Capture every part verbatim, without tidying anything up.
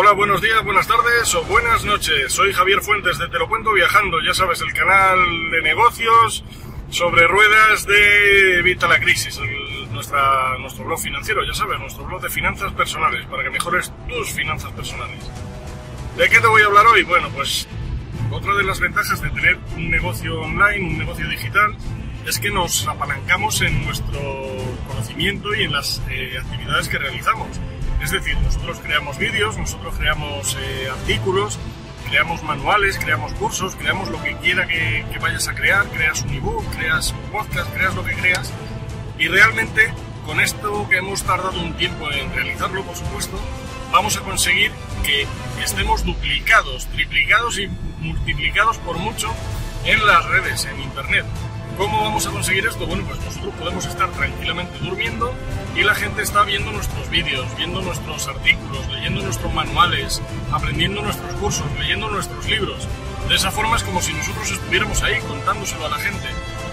Hola, buenos días, buenas tardes o buenas noches. Soy Javier Fuentes de Te lo Cuento Viajando, ya sabes, el canal de negocios sobre ruedas de Evita la Crisis, el, nuestra, nuestro blog financiero, ya sabes, nuestro blog de finanzas personales, para que mejores tus finanzas personales. ¿De qué te voy a hablar hoy? Bueno, pues otra de las ventajas de tener un negocio online, un negocio digital, es que nos apalancamos en nuestro conocimiento y en las eh, actividades que realizamos. Es decir, nosotros creamos vídeos, nosotros creamos eh, artículos, creamos manuales, creamos cursos, creamos lo que quiera que, que vayas a crear, creas un ebook, creas un podcast, creas lo que creas, y realmente con esto que hemos tardado un tiempo en realizarlo, por supuesto, vamos a conseguir que estemos duplicados, triplicados y multiplicados por mucho en las redes, en internet. ¿Cómo vamos a conseguir esto? Bueno, pues nosotros podemos estar tranquilamente durmiendo y la gente está viendo nuestros vídeos, viendo nuestros artículos, leyendo nuestros manuales, aprendiendo nuestros cursos, leyendo nuestros libros. De esa forma es como si nosotros estuviéramos ahí contándoselo a la gente.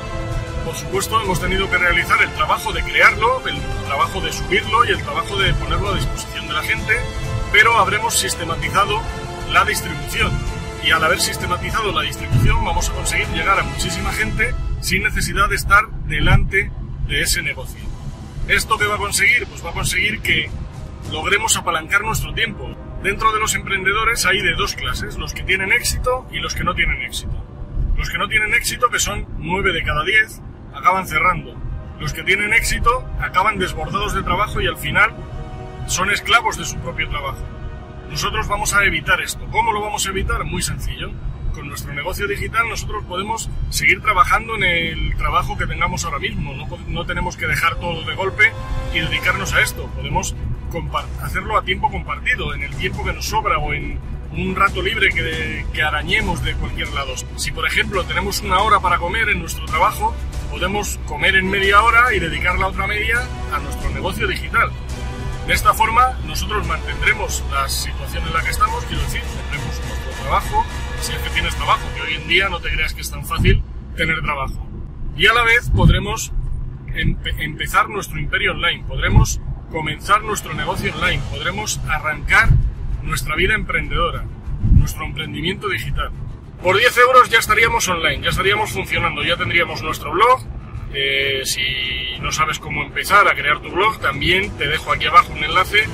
Por supuesto, hemos tenido que realizar el trabajo de crearlo, el trabajo de subirlo y el trabajo de ponerlo a disposición de la gente, pero habremos sistematizado la distribución. Y al haber sistematizado la distribución vamos a conseguir llegar a muchísima gente sin necesidad de estar delante de ese negocio. ¿Esto qué va a conseguir? Pues va a conseguir que logremos apalancar nuestro tiempo. Dentro de los emprendedores hay de dos clases, los que tienen éxito y los que no tienen éxito. Los que no tienen éxito, que son nueve de cada diez, acaban cerrando. Los que tienen éxito acaban desbordados de trabajo y al final son esclavos de su propio trabajo. Nosotros vamos a evitar esto. ¿Cómo lo vamos a evitar? Muy sencillo. Con nuestro negocio digital nosotros podemos seguir trabajando en el trabajo que tengamos ahora mismo. No, no tenemos que dejar todo de golpe y dedicarnos a esto. Podemos hacerlo a tiempo compartido, en el tiempo que nos sobra o en un rato libre que, que arañemos de cualquier lado. Si, por ejemplo, tenemos una hora para comer en nuestro trabajo, podemos comer en media hora y dedicar la otra media a nuestro negocio digital. De esta forma, nosotros mantendremos la situación en la que estamos, quiero decir, tendremos nuestro trabajo, si es que tienes trabajo, que hoy en día no te creas que es tan fácil tener trabajo. Y a la vez podremos empe- empezar nuestro imperio online, podremos comenzar nuestro negocio online, podremos arrancar nuestra vida emprendedora, nuestro emprendimiento digital. Por diez euros ya estaríamos online, ya estaríamos funcionando, ya tendríamos nuestro blog. Eh, si no sabes cómo empezar a crear tu blog, también te dejo aquí abajo un enlace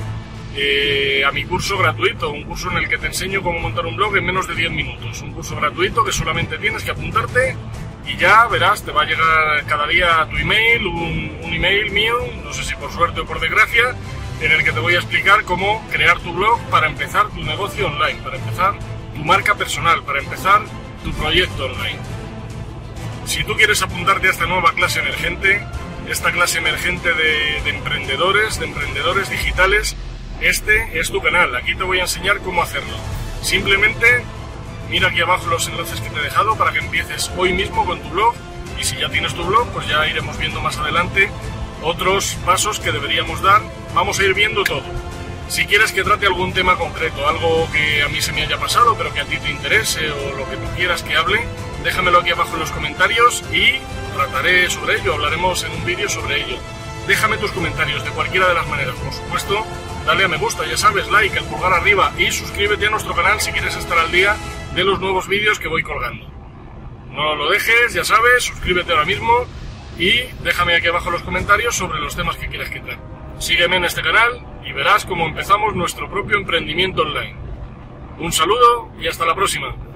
eh, a mi curso gratuito, un curso en el que te enseño cómo montar un blog en menos de diez minutos. Un curso gratuito que solamente tienes que apuntarte y ya verás, te va a llegar cada día a tu email, un, un email mío, no sé si por suerte o por desgracia, en el que te voy a explicar cómo crear tu blog para empezar tu negocio online, para empezar tu marca personal, para empezar tu proyecto online. Si tú quieres apuntarte a esta nueva clase emergente, esta clase emergente de, de emprendedores, de emprendedores digitales, este es tu canal. Aquí te voy a enseñar cómo hacerlo. Simplemente mira aquí abajo los enlaces que te he dejado para que empieces hoy mismo con tu blog, y si ya tienes tu blog, pues ya iremos viendo más adelante otros pasos que deberíamos dar. Vamos a ir viendo todo. Si quieres que trate algún tema concreto, algo que a mí se me haya pasado pero que a ti te interese o lo que tú quieras que hable, déjamelo aquí abajo en los comentarios y trataré sobre ello, hablaremos en un vídeo sobre ello. Déjame tus comentarios de cualquiera de las maneras, por supuesto, dale a me gusta, ya sabes, like, el pulgar arriba y suscríbete a nuestro canal si quieres estar al día de los nuevos vídeos que voy colgando. No lo dejes, ya sabes, suscríbete ahora mismo y déjame aquí abajo los comentarios sobre los temas que quieras que trate. Sígueme en este canal y verás cómo empezamos nuestro propio emprendimiento online. Un saludo y hasta la próxima.